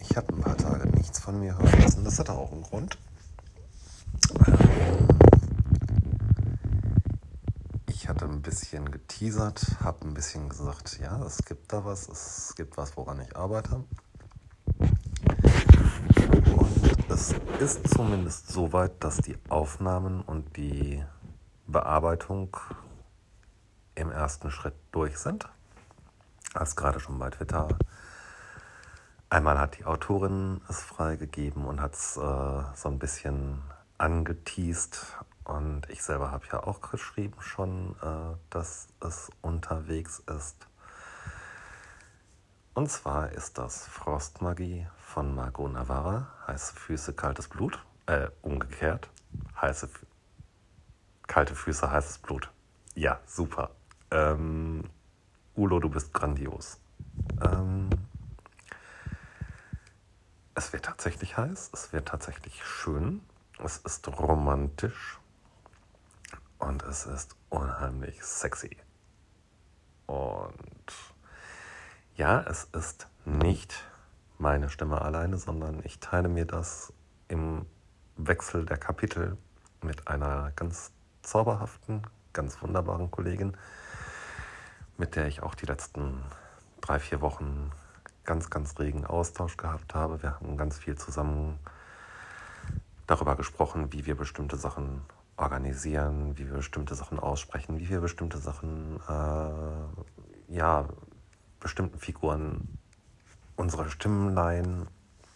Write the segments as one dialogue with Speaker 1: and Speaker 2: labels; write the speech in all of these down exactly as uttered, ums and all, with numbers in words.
Speaker 1: Ich habe ein paar Tage nichts von mir hören lassen. Das hatte auch einen Grund. Ähm, ich hatte ein bisschen geteasert, habe ein bisschen gesagt, ja, es gibt da was, es gibt was, woran ich arbeite. Und es ist zumindest so weit, dass die Aufnahmen und die Bearbeitung im ersten Schritt durch sind. Als gerade schon bei Twitter. Einmal hat die Autorin es freigegeben und hat es äh, so ein bisschen angeteast. Und ich selber habe ja auch geschrieben schon, äh, dass es unterwegs ist. Und zwar ist das Frostmagie von Margot Navarra. Heiße Füße, kaltes Blut. Äh, umgekehrt. Heiße, Fü- kalte Füße, heißes Blut. Ja, super. Ähm, Ulo, du bist grandios. Ähm, Es wird tatsächlich heiß, es wird tatsächlich schön, es ist romantisch und es ist unheimlich sexy. Und ja, es ist nicht meine Stimme alleine, sondern ich teile mir das im Wechsel der Kapitel mit einer ganz zauberhaften, ganz wunderbaren Kollegin, mit der ich auch die letzten drei, vier Wochen ganz, ganz regen Austausch gehabt habe. Wir haben ganz viel zusammen darüber gesprochen, wie wir bestimmte Sachen organisieren, wie wir bestimmte Sachen aussprechen, wie wir bestimmte Sachen, äh, ja, bestimmten Figuren unsere Stimmen leihen.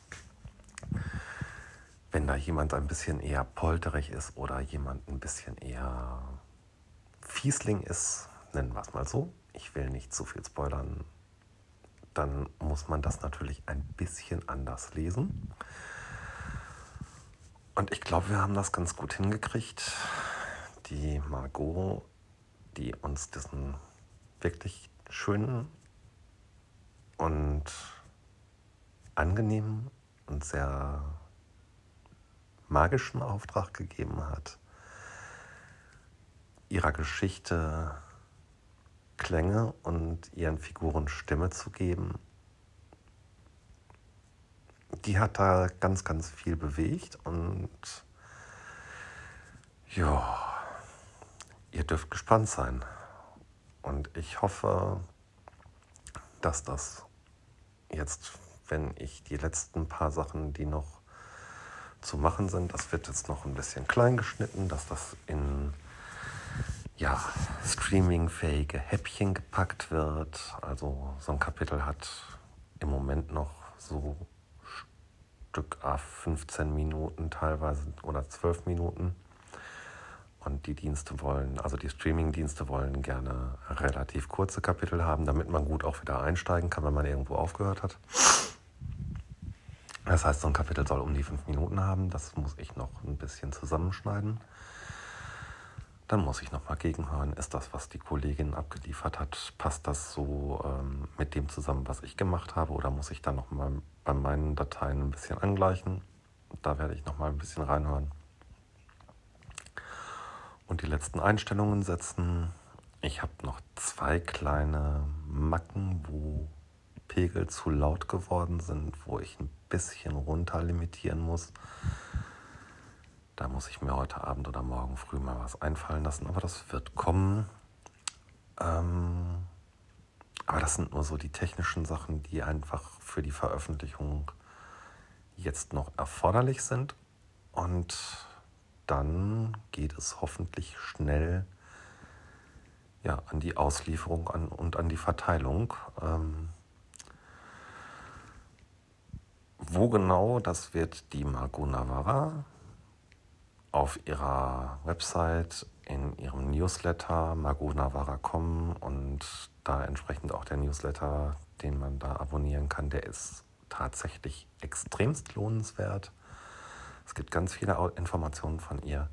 Speaker 1: Wenn da jemand ein bisschen eher polterig ist oder jemand ein bisschen eher Fiesling ist, nennen wir es mal so, ich will nicht zu viel spoilern, dann muss man das natürlich ein bisschen anders lesen. Und ich glaube, wir haben das ganz gut hingekriegt. Die Margot, die uns diesen wirklich schönen und angenehmen und sehr magischen Auftrag gegeben hat, ihrer Geschichte Klänge und ihren Figuren Stimme zu geben. Die hat da ganz, ganz viel bewegt und ja, ihr dürft gespannt sein. Und ich hoffe, dass das jetzt, wenn ich die letzten paar Sachen, die noch zu machen sind, das wird jetzt noch ein bisschen klein geschnitten, dass das in ja, streamingfähige Häppchen gepackt wird. Also so ein Kapitel hat im Moment noch so Stück A fünfzehn Minuten teilweise oder zwölf Minuten. Und die Dienste wollen, also die Streaming-Dienste wollen gerne relativ kurze Kapitel haben, damit man gut auch wieder einsteigen kann, wenn man irgendwo aufgehört hat. Das heißt, so ein Kapitel soll um die fünf Minuten haben. Das muss ich noch ein bisschen zusammenschneiden. Dann muss ich nochmal gegenhören, ist das, was die Kollegin abgeliefert hat, passt das so ähm, mit dem zusammen, was ich gemacht habe, oder muss ich dann nochmal bei meinen Dateien ein bisschen angleichen? Da werde ich nochmal ein bisschen reinhören. Und die letzten Einstellungen setzen. Ich habe noch zwei kleine Macken, wo Pegel zu laut geworden sind, wo ich ein bisschen runter limitieren muss. Da muss ich mir heute Abend oder morgen früh mal was einfallen lassen, aber das wird kommen. Ähm, aber das sind nur so die technischen Sachen, die einfach für die Veröffentlichung jetzt noch erforderlich sind. Und dann geht es hoffentlich schnell ja, an die Auslieferung an, und an die Verteilung. Ähm, wo genau, das wird die Margot Navarra auf ihrer Website, in ihrem Newsletter margot navarra punkt com und da entsprechend auch der Newsletter, den man da abonnieren kann, der ist tatsächlich extremst lohnenswert. Es gibt ganz viele Informationen von ihr.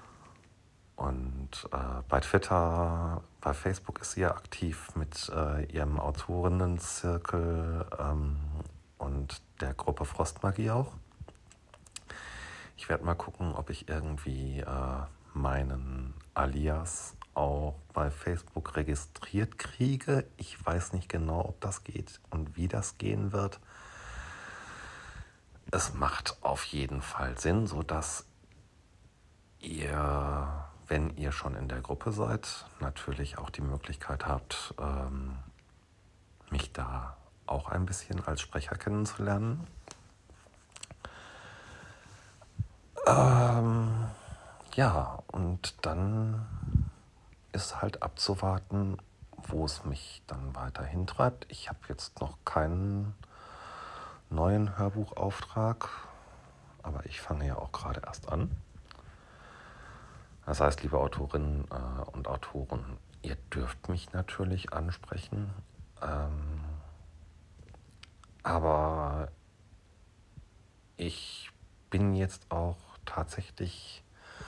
Speaker 1: Und äh, bei Twitter, bei Facebook ist sie ja aktiv mit äh, ihrem Autorinnenzirkel ähm, und der Gruppe Frostmagie auch. Ich werde mal gucken, ob ich irgendwie äh, meinen Alias auch bei Facebook registriert kriege. Ich weiß nicht genau, ob das geht und wie das gehen wird. es macht auf jeden Fall Sinn, sodass ihr, wenn ihr schon in der Gruppe seid, natürlich auch die Möglichkeit habt, ähm, mich da auch ein bisschen als Sprecher kennenzulernen. Ähm, ja, und dann ist halt abzuwarten, wo es mich dann weiterhin treibt. Ich habe jetzt noch keinen neuen Hörbuchauftrag, aber ich fange ja auch gerade erst an. Das heißt, liebe Autorinnen äh, und Autoren, ihr dürft mich natürlich ansprechen, ähm, aber ich bin jetzt auch tatsächlich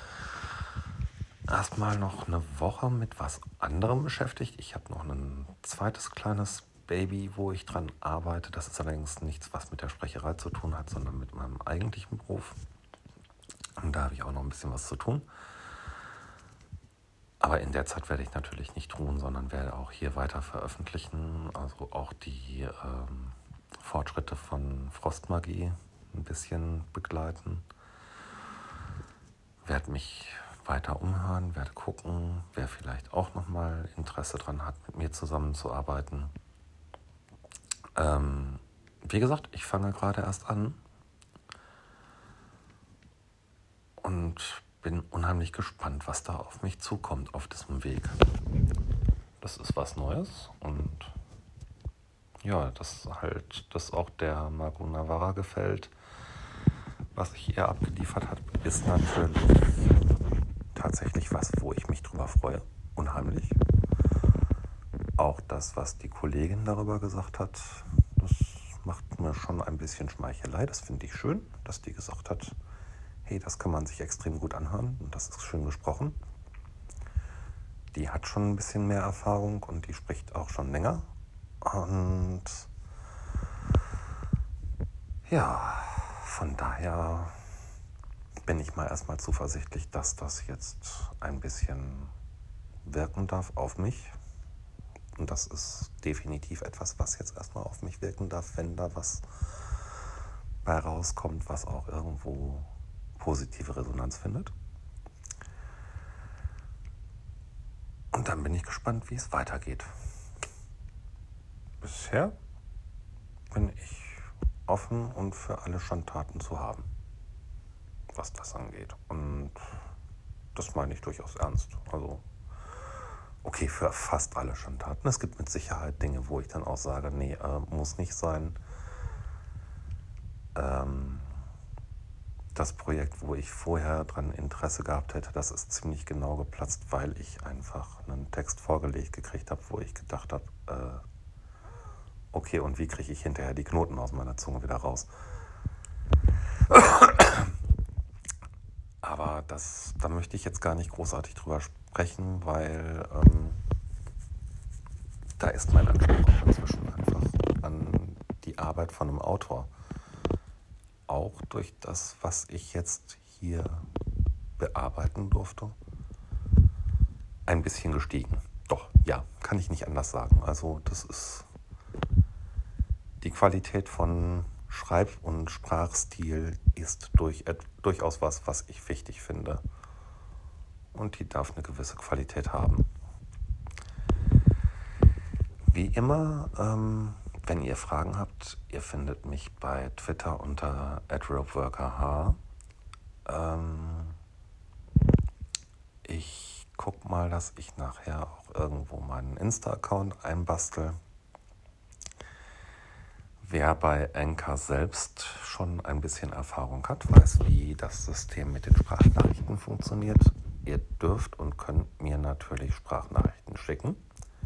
Speaker 1: erstmal noch eine Woche mit was anderem beschäftigt. Ich habe noch ein zweites kleines Baby, wo ich dran arbeite. Das ist allerdings nichts, was mit der Sprecherei zu tun hat, sondern mit meinem eigentlichen Beruf. Und da habe ich auch noch ein bisschen was zu tun. Aber in der Zeit werde ich natürlich nicht ruhen, sondern werde auch hier weiter veröffentlichen. Also auch die ähm, Fortschritte von Frostmagie ein bisschen begleiten. Werde mich weiter umhören, werde gucken, wer vielleicht auch nochmal Interesse daran hat, mit mir zusammenzuarbeiten. Ähm, wie gesagt, ich fange gerade erst an und bin unheimlich gespannt, was da auf mich zukommt auf diesem Weg. Das ist was Neues und ja, dass halt das auch der Margot Navarra gefällt, was ich ihr abgeliefert habe, ist natürlich tatsächlich was, wo ich mich drüber freue, unheimlich. Auch das, was die Kollegin darüber gesagt hat, das macht mir schon ein bisschen Schmeichelei. Das finde ich schön, dass die gesagt hat, hey, das kann man sich extrem gut anhören und das ist schön gesprochen. Die hat schon ein bisschen mehr Erfahrung und die spricht auch schon länger. Und ja, von daher bin ich mal erstmal zuversichtlich, dass das jetzt ein bisschen wirken darf auf mich. Und das ist definitiv etwas, was jetzt erstmal auf mich wirken darf, wenn da was bei rauskommt, was auch irgendwo positive Resonanz findet. Und dann bin ich gespannt, wie es weitergeht. Bisher bin ich offen und für alle Schandtaten zu haben, was das angeht. Und das meine ich durchaus ernst. Also, okay, für fast alle Schandtaten. Es gibt mit Sicherheit Dinge, wo ich dann auch sage, nee, äh, muss nicht sein. Ähm, das Projekt, wo ich vorher dran Interesse gehabt hätte, das ist ziemlich genau geplatzt, weil ich einfach einen Text vorgelegt gekriegt habe, wo ich gedacht habe, äh, okay, und wie kriege ich hinterher die Knoten aus meiner Zunge wieder raus? Aber das, da möchte ich jetzt gar nicht großartig drüber sprechen, weil ähm, da ist mein Anspruch auch inzwischen einfach an die Arbeit von einem Autor. Auch durch das, was ich jetzt hier bearbeiten durfte, ein bisschen gestiegen. Doch, ja, kann ich nicht anders sagen. Also das ist die Qualität von Schreib- und Sprachstil ist durch, durchaus was, was ich wichtig finde. Und die darf eine gewisse Qualität haben. Wie immer, ähm, wenn ihr Fragen habt, ihr findet mich bei Twitter unter at ropeworkerh. Ähm, ich guck mal, dass ich nachher auch irgendwo meinen Insta-Account einbastel. Wer bei Anchor selbst schon ein bisschen Erfahrung hat, weiß, wie das System mit den Sprachnachrichten funktioniert. Ihr dürft und könnt mir natürlich Sprachnachrichten schicken.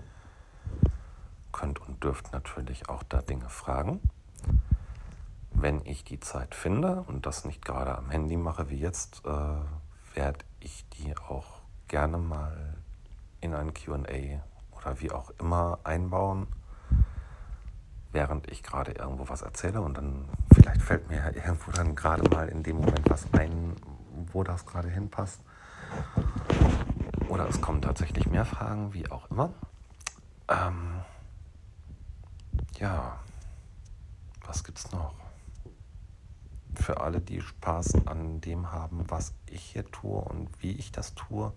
Speaker 1: Könnt und dürft natürlich auch da Dinge fragen. Wenn ich die Zeit finde und das nicht gerade am Handy mache wie jetzt, äh, werde ich die auch gerne mal in ein Q und A oder wie auch immer einbauen, während ich gerade irgendwo was erzähle und dann vielleicht fällt mir ja irgendwo dann gerade mal in dem Moment was ein, wo das gerade hinpasst. Oder es kommen tatsächlich mehr Fragen, wie auch immer. Ähm, ja, was gibt's noch? für alle, die Spaß an dem haben, was ich hier tue und wie ich das tue,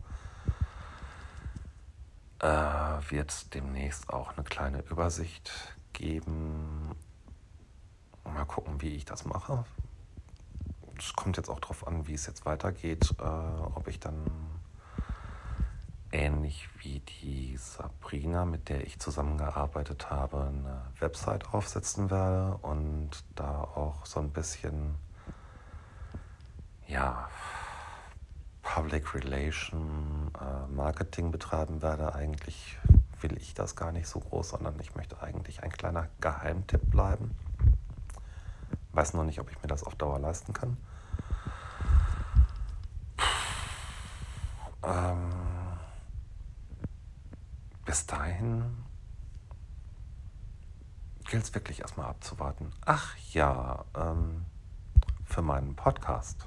Speaker 1: äh, wird es demnächst auch eine kleine Übersicht geben. Mal gucken, wie ich das mache. Es kommt jetzt auch darauf an, wie es jetzt weitergeht, äh, ob ich dann ähnlich wie die Sabrina, mit der ich zusammengearbeitet habe, eine Website aufsetzen werde und da auch so ein bisschen, ja, Public Relation, äh, Marketing betreiben werde. Eigentlich will ich das gar nicht so groß, sondern ich möchte eigentlich ein kleiner Geheimtipp bleiben. Weiß noch nicht, ob ich mir das auf Dauer leisten kann. Ähm, bis dahin gilt es wirklich erstmal abzuwarten. Ach ja, ähm, für meinen Podcast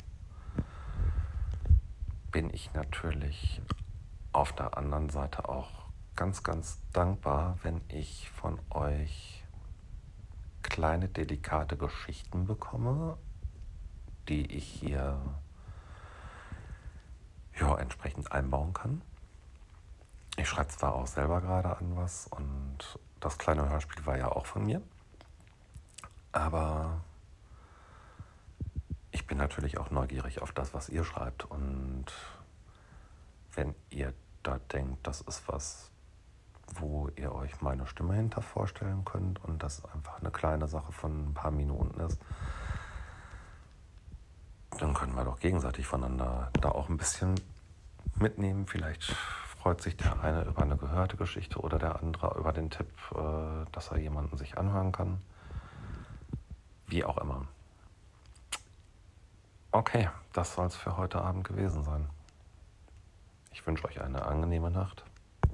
Speaker 1: bin ich natürlich auf der anderen Seite auch ganz, ganz dankbar, wenn ich von euch kleine, delikate Geschichten bekomme, die ich hier ja, entsprechend einbauen kann. Ich schreibe zwar auch selber gerade an was und das kleine Hörspiel war ja auch von mir, aber ich bin natürlich auch neugierig auf das, was ihr schreibt, und wenn ihr da denkt, das ist was, wo ihr euch meine Stimme hinter vorstellen könnt und das einfach eine kleine Sache von ein paar Minuten ist, dann können wir doch gegenseitig voneinander da auch ein bisschen mitnehmen. Vielleicht freut sich der eine über eine gehörte Geschichte oder der andere über den Tipp, dass er jemanden sich anhören kann. Wie auch immer. Okay, das soll es für heute Abend gewesen sein. Ich wünsche euch eine angenehme Nacht.